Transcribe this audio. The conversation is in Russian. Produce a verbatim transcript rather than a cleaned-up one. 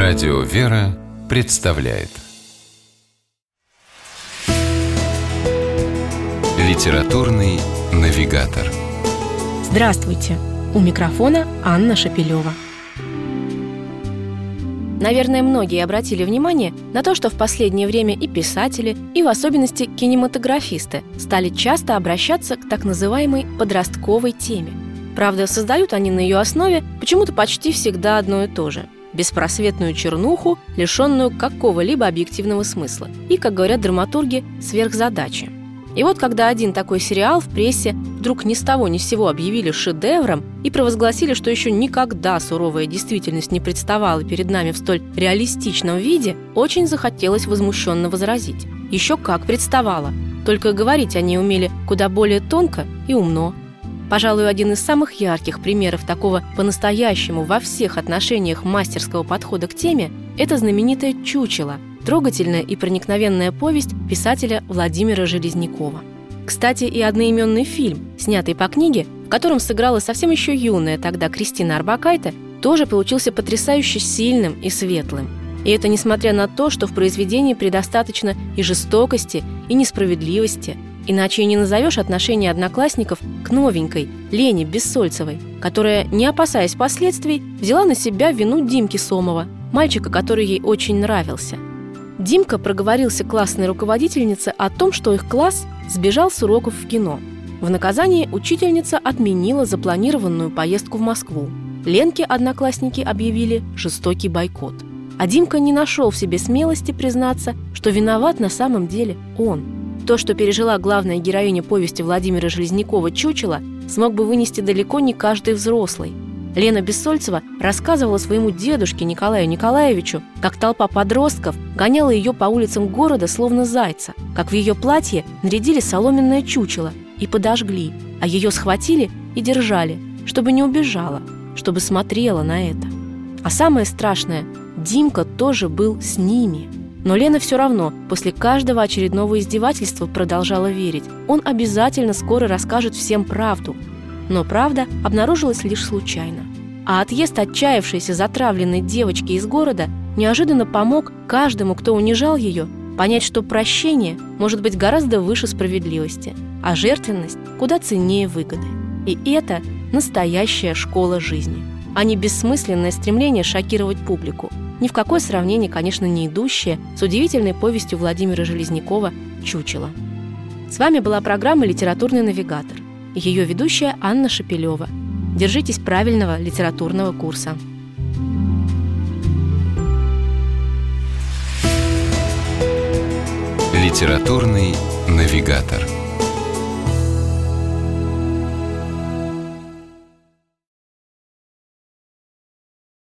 Радио «Вера» представляет Литературный навигатор. Здравствуйте! У микрофона Анна Шапилева. Наверное, многие обратили внимание на то, что в последнее время и писатели, и в особенности кинематографисты стали часто обращаться к так называемой подростковой теме. Правда, создают они на ее основе почему-то почти всегда одно и то же – беспросветную чернуху, лишенную какого-либо объективного смысла, и, как говорят драматурги, сверхзадачи. И вот когда один такой сериал в прессе вдруг ни с того ни с сего объявили шедевром и провозгласили, что еще никогда суровая действительность не представала перед нами в столь реалистичном виде, очень захотелось возмущенно возразить. Еще как представала, только говорить они умели куда более тонко и умно. Пожалуй, один из самых ярких примеров такого по-настоящему во всех отношениях мастерского подхода к теме – это знаменитое «Чучело», трогательная и проникновенная повесть писателя Владимира Железнякова. Кстати, и одноименный фильм, снятый по книге, в котором сыграла совсем еще юная тогда Кристина Орбакайте, тоже получился потрясающе сильным и светлым. И это несмотря на то, что в произведении предостаточно и жестокости, и несправедливости, иначе и не назовешь отношение одноклассников к новенькой Лене Бессольцевой, которая, не опасаясь последствий, взяла на себя вину Димки Сомова, мальчика, который ей очень нравился. Димка проговорился классной руководительнице о том, что их класс сбежал с уроков в кино. В наказание учительница отменила запланированную поездку в Москву. Ленке одноклассники объявили жестокий бойкот. А Димка не нашел в себе смелости признаться, что виноват на самом деле он. То, что пережила главная героиня повести Владимира Железнякова «Чучело», смог бы вынести далеко не каждый взрослый. Лена Бессольцева рассказывала своему дедушке Николаю Николаевичу, как толпа подростков гоняла ее по улицам города словно зайца, как в ее платье нарядили соломенное чучело и подожгли, а ее схватили и держали, чтобы не убежала, чтобы смотрела на это. А самое страшное, Димка тоже был с ними. Но Лена все равно после каждого очередного издевательства продолжала верить. Он обязательно скоро расскажет всем правду. Но правда обнаружилась лишь случайно. А отъезд отчаявшейся затравленной девочки из города неожиданно помог каждому, кто унижал ее, понять, что прощение может быть гораздо выше справедливости, а жертвенность куда ценнее выгоды. И это настоящая школа жизни, а не бессмысленное стремление шокировать публику. Ни в какое сравнение, конечно, не идущее с удивительной повестью Владимира Железнякова «Чучело». С вами была программа «Литературный навигатор». Ее ведущая Анна Шапилева. Держитесь правильного литературного курса. Литературный навигатор.